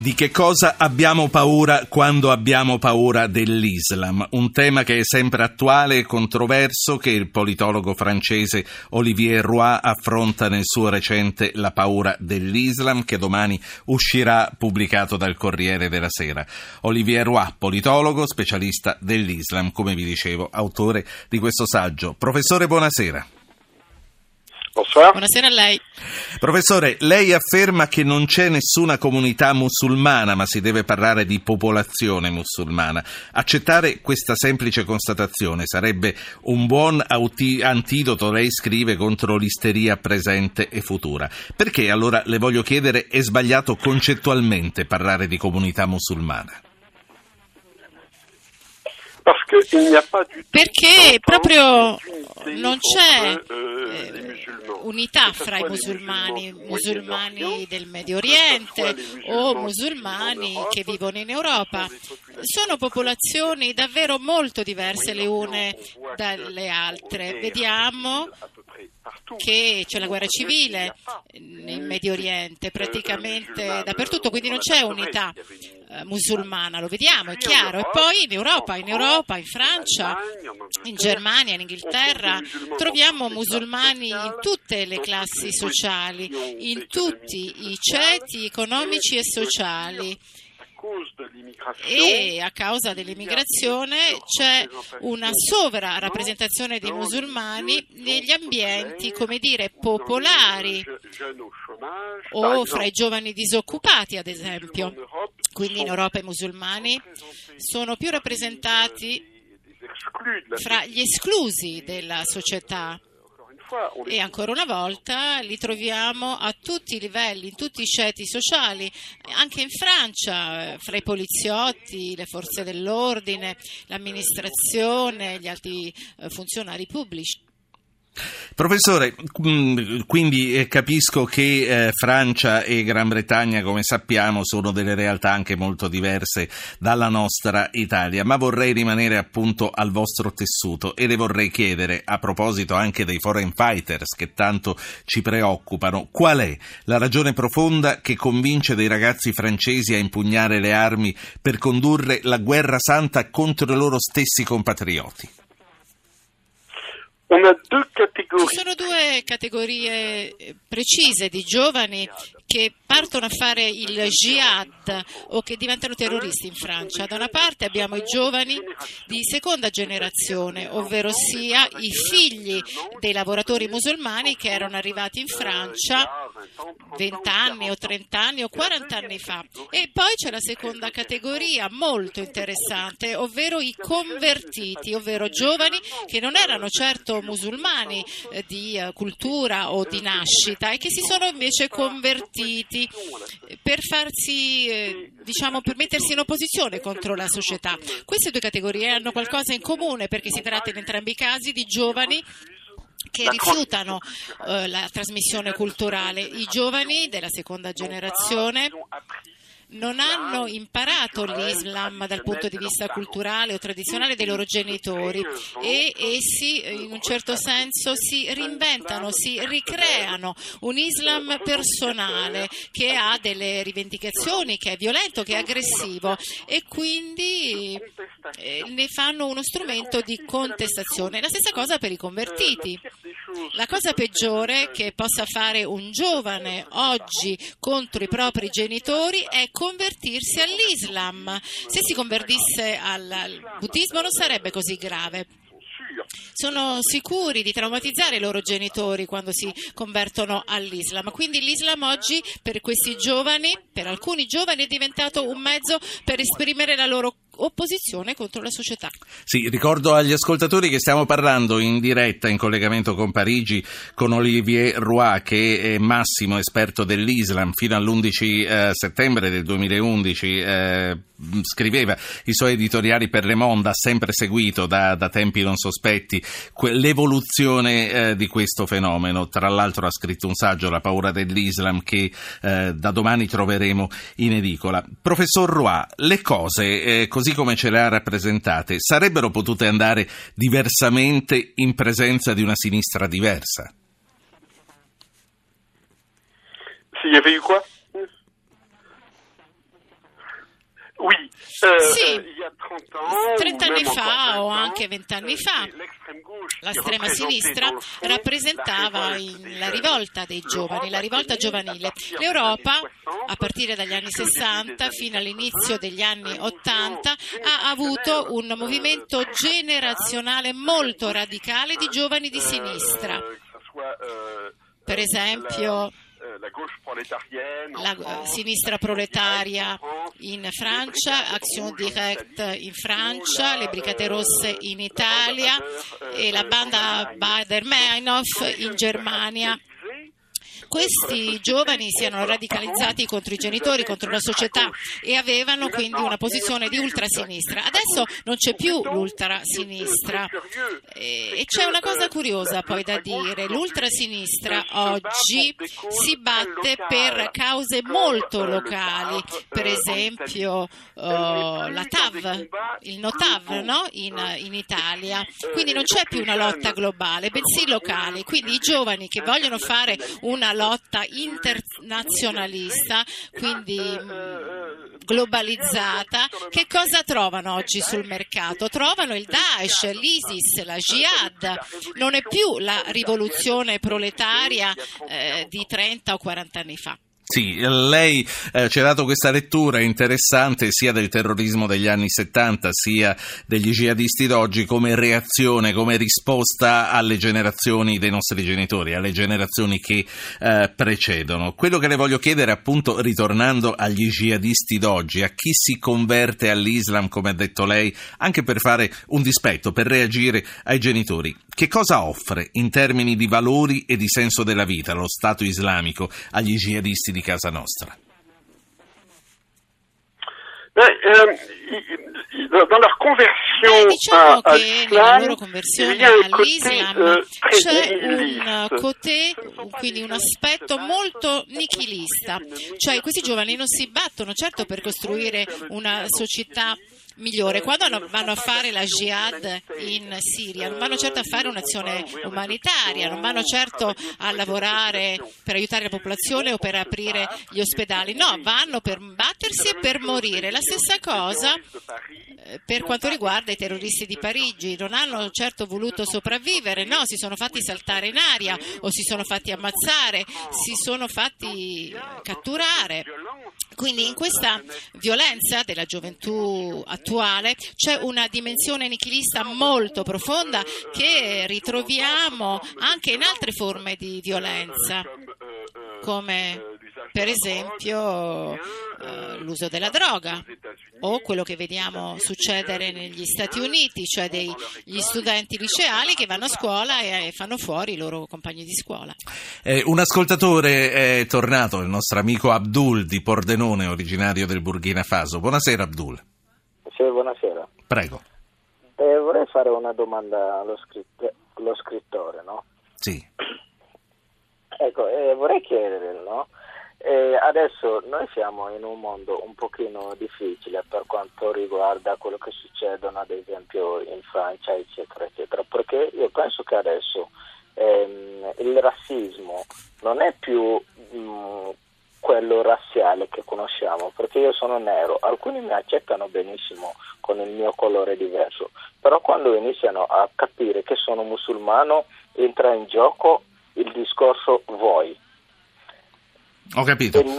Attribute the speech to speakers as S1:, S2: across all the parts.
S1: Di che cosa abbiamo paura quando abbiamo paura dell'Islam? Un tema che è sempre attuale e controverso, che il politologo francese Olivier Roy affronta nel suo recente La paura dell'Islam, che domani uscirà pubblicato dal Corriere della Sera. Olivier Roy, politologo, specialista dell'Islam, come vi dicevo, autore di questo saggio. Professore, buonasera.
S2: Buonasera a lei.
S1: Professore, lei afferma che non c'è nessuna comunità musulmana, ma si deve parlare di popolazione musulmana. Accettare questa semplice constatazione sarebbe un buon antidoto, lei scrive, contro l'isteria presente e futura. Perché, allora, le voglio chiedere, è sbagliato concettualmente parlare di comunità musulmana?
S2: Perché proprio non c'è unità fra i musulmani del Medio Oriente o musulmani che vivono in Europa. Sono popolazioni davvero molto diverse le une dalle altre. Vediamo che c'è la guerra civile in Medio Oriente praticamente dappertutto, quindi non c'è unità musulmana, lo vediamo, è chiaro. E poi in Europa, in Francia, in Germania, in Inghilterra troviamo musulmani in tutte le classi sociali, in tutti i ceti economici e sociali. E a causa dell'immigrazione c'è una sovrarappresentazione dei musulmani negli ambienti, come dire, popolari o fra i giovani disoccupati, ad esempio. Quindi in Europa i musulmani sono più rappresentati fra gli esclusi della società. E ancora una volta li troviamo a tutti i livelli, in tutti i ceti sociali, anche in Francia, fra i poliziotti, le forze dell'ordine, l'amministrazione, gli alti funzionari pubblici.
S1: Professore, quindi capisco che Francia e Gran Bretagna, come sappiamo, sono delle realtà anche molto diverse dalla nostra Italia, ma vorrei rimanere appunto al vostro tessuto e le vorrei chiedere, a proposito anche dei foreign fighters che tanto ci preoccupano, qual è la ragione profonda che convince dei ragazzi francesi a impugnare le armi per condurre la guerra santa contro i loro stessi compatrioti?
S2: Ci sono due categorie precise di giovani che partono a fare il jihad o che diventano terroristi in Francia. Da una parte abbiamo i giovani di seconda generazione, ovvero sia i figli dei lavoratori musulmani che erano arrivati in Francia 20 anni o 30 anni o 40 anni fa. E poi c'è la seconda categoria molto interessante, ovvero i convertiti, ovvero giovani che non erano certo musulmani di cultura o di nascita e che si sono invece convertiti per farsi, per mettersi in opposizione contro la società. Queste due categorie hanno qualcosa in comune perché si tratta in entrambi i casi di giovani che rifiutano la trasmissione culturale. I giovani della seconda generazione non hanno imparato l'Islam dal punto di vista culturale o tradizionale dei loro genitori e essi in un certo senso si reinventano, si ricreano un Islam personale che ha delle rivendicazioni, che è violento, che è aggressivo e quindi ne fanno uno strumento di contestazione. La stessa cosa per i convertiti. La cosa peggiore che possa fare un giovane oggi contro i propri genitori è convertirsi all'Islam. Se si convertisse al buddismo non sarebbe così grave. Sono sicuri di traumatizzare i loro genitori quando si convertono all'Islam. Quindi l'Islam oggi per questi giovani, per alcuni giovani, è diventato un mezzo per esprimere la loro opposizione contro la società.
S1: Sì, ricordo agli ascoltatori che stiamo parlando in diretta, in collegamento con Parigi, con Olivier Roy, che è massimo esperto dell'Islam. Fino all'11 settembre del 2011 scriveva i suoi editoriali per Le Monde, ha sempre seguito da tempi non sospetti l'evoluzione di questo fenomeno. Tra l'altro ha scritto un saggio, La paura dell'Islam, che da domani troveremo in edicola. Professor Roy, le cose così come ce le ha rappresentate sarebbero potute andare diversamente in presenza di una sinistra diversa?
S3: S'il y avait eu quoi?
S2: Sì, 30 anni fa o anche 20 anni fa l'estrema sinistra rappresentava la rivolta dei giovani, la rivolta giovanile. L'Europa, a partire dagli anni 60 fino all'inizio degli anni 80, ha avuto un movimento generazionale molto radicale di giovani di sinistra. Per esempio, la sinistra proletaria in Francia, Action Directe in Francia, le Brigate Rosse in Italia e la banda Baader-Meinhof in Germania. Questi giovani si erano radicalizzati contro i genitori, contro la società e avevano quindi una posizione di ultrasinistra. Adesso non c'è più l'ultrasinistra e c'è una cosa curiosa poi da dire. L'ultrasinistra oggi si batte per cause molto locali, per esempio la TAV, il no-TAV, no? in Italia. Quindi non c'è più una lotta globale, bensì locale. Quindi i giovani che vogliono fare una lotta internazionalista, quindi globalizzata, che cosa trovano oggi sul mercato? Trovano il Daesh, l'ISIS, la Jihad. Non è più la rivoluzione proletaria di 30 o 40 anni fa.
S1: Sì, lei ci ha dato questa lettura interessante sia del terrorismo degli anni 70 sia degli jihadisti d'oggi come reazione, come risposta alle generazioni dei nostri genitori, alle generazioni che precedono. Quello che le voglio chiedere, appunto, ritornando agli jihadisti d'oggi, a chi si converte all'Islam, come ha detto lei, anche per fare un dispetto, per reagire ai genitori, che cosa offre in termini di valori e di senso della vita lo Stato islamico agli jihadisti di casa nostra?
S2: Diciamo che nella loro conversione all'Islam c'è un côté, quindi un aspetto molto nichilista, cioè questi giovani non si battono certo per costruire una società migliore. Quando vanno a fare la jihad in Siria non vanno certo a fare un'azione umanitaria, non vanno certo a lavorare per aiutare la popolazione o per aprire gli ospedali, no, vanno per battersi e per morire. La stessa cosa per quanto riguarda i terroristi di Parigi, non hanno certo voluto sopravvivere, no, si sono fatti saltare in aria o si sono fatti ammazzare, si sono fatti catturare. Quindi in questa violenza della gioventù attuale c'è una dimensione nichilista molto profonda che ritroviamo anche in altre forme di violenza, come per esempio l'uso della droga o quello che vediamo succedere negli Stati Uniti, cioè degli studenti liceali che vanno a scuola e fanno fuori i loro compagni di scuola.
S1: Un ascoltatore è tornato, il nostro amico Abdul di Pordenone, originario del Burkina Faso. Buonasera Abdul.
S3: Sì, buonasera.
S1: Prego.
S3: Vorrei fare una domanda allo scrittore, no?
S1: Sì.
S3: Ecco, vorrei chiedere, no? Adesso noi siamo in un mondo un pochino difficile per quanto riguarda quello che succedono ad esempio in Francia, eccetera, eccetera, perché io penso che adesso il razzismo non è più quello razziale che conosciamo, perché io sono nero, alcuni mi accettano benissimo con il mio colore diverso, però quando iniziano a capire che sono musulmano entra in gioco il discorso voi.
S1: Ho capito.
S3: E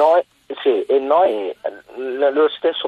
S3: noi nello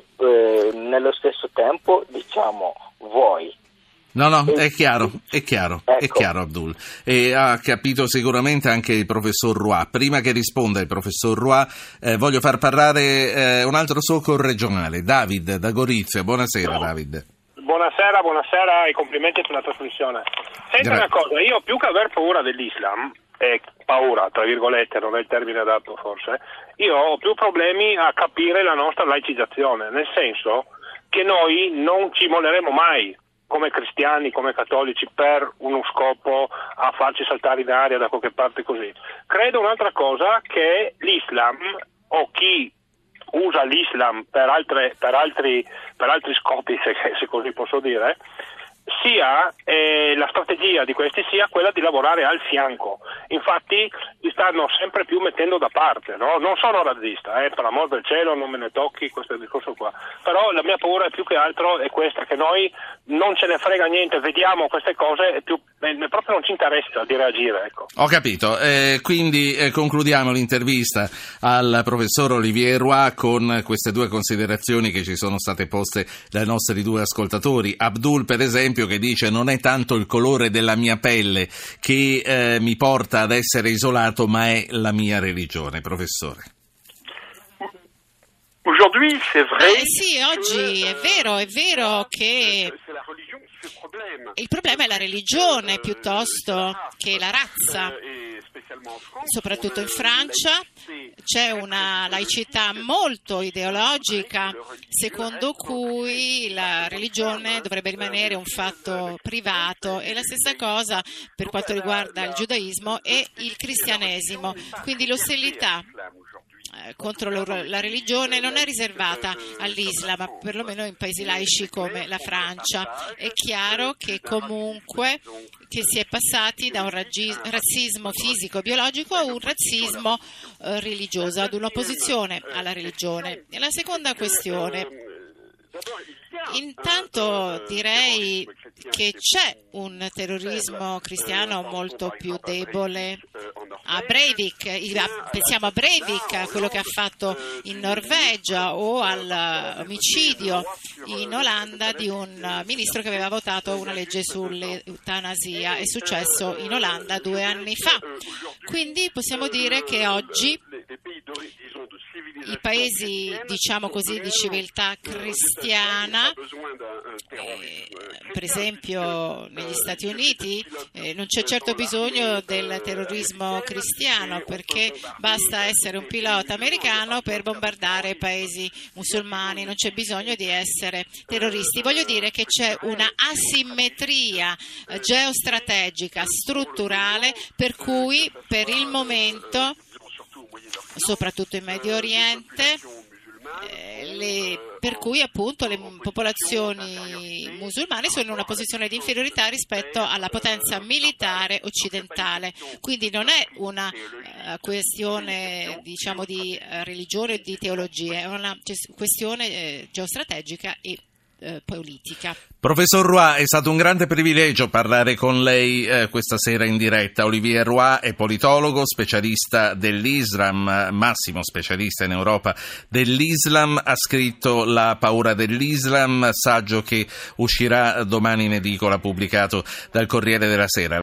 S3: stesso tempo diciamo voi.
S1: No, è chiaro, ecco. È chiaro Abdul. E ha capito sicuramente anche il professor Roy. Prima che risponda il professor Roy, voglio far parlare un altro suo corregionale, David da Gorizia. Buonasera David.
S4: Buonasera e complimenti per la trasmissione. Senti una cosa, io più che aver paura dell'Islam, paura, tra virgolette, non è il termine adatto forse, io ho più problemi a capire la nostra laicizzazione, nel senso che noi non ci molleremo mai come cristiani, come cattolici, per uno scopo a farci saltare in aria da qualche parte così. Credo un'altra cosa, che l'Islam, o chi usa l'Islam per altri scopi, se così posso dire, la strategia di questi sia quella di lavorare al fianco. Infatti li stanno sempre più mettendo da parte, no? Non sono razzista, per l'amor del cielo non me ne tocchi questo discorso qua, però la mia paura è più che altro è questa, che noi non ce ne frega niente, vediamo queste cose e proprio non ci interessa di reagire, ecco.
S1: Ho capito, quindi concludiamo l'intervista al professor Olivier Roy con queste due considerazioni che ci sono state poste dai nostri due ascoltatori. Abdul, per esempio, che dice: non è tanto il colore della mia pelle che mi porta ad essere isolato, ma è la mia religione. Professore.
S5: Aujourd'hui, c'est vrai.
S2: Sì, oggi è vero che il problema è la religione piuttosto che la razza. Soprattutto in Francia c'è una laicità molto ideologica, secondo cui la religione dovrebbe rimanere un fatto privato, e la stessa cosa per quanto riguarda il giudaismo e il cristianesimo. Quindi l'ostilità contro la religione non è riservata all'Islam, perlomeno in paesi laici come la Francia. È chiaro che comunque che si è passati da un razzismo fisico biologico a un razzismo religioso, ad un'opposizione alla religione. E la seconda questione: intanto direi che c'è un terrorismo cristiano molto più debole. A Breivik, pensiamo a Breivik, a quello che ha fatto in Norvegia, o all'omicidio in Olanda di un ministro che aveva votato una legge sull'eutanasia. È successo in Olanda 2 anni fa. Quindi possiamo dire che oggi i paesi, diciamo così, di civiltà cristiana, per esempio negli Stati Uniti, non c'è certo bisogno del terrorismo cristiano, perché basta essere un pilota americano per bombardare paesi musulmani, non c'è bisogno di essere terroristi. Voglio dire che c'è una asimmetria geostrategica, strutturale, per cui per il momento, soprattutto in Medio Oriente, per cui appunto le popolazioni musulmane sono in una posizione di inferiorità rispetto alla potenza militare occidentale. Quindi non è una questione, diciamo, di religione o di teologia, è una questione geostrategica e politica.
S1: Professor Roy, è stato un grande privilegio parlare con lei questa sera in diretta. Olivier Roy è politologo, specialista dell'Islam, massimo specialista in Europa dell'Islam, ha scritto La paura dell'Islam, saggio che uscirà domani in edicola, pubblicato dal Corriere della Sera.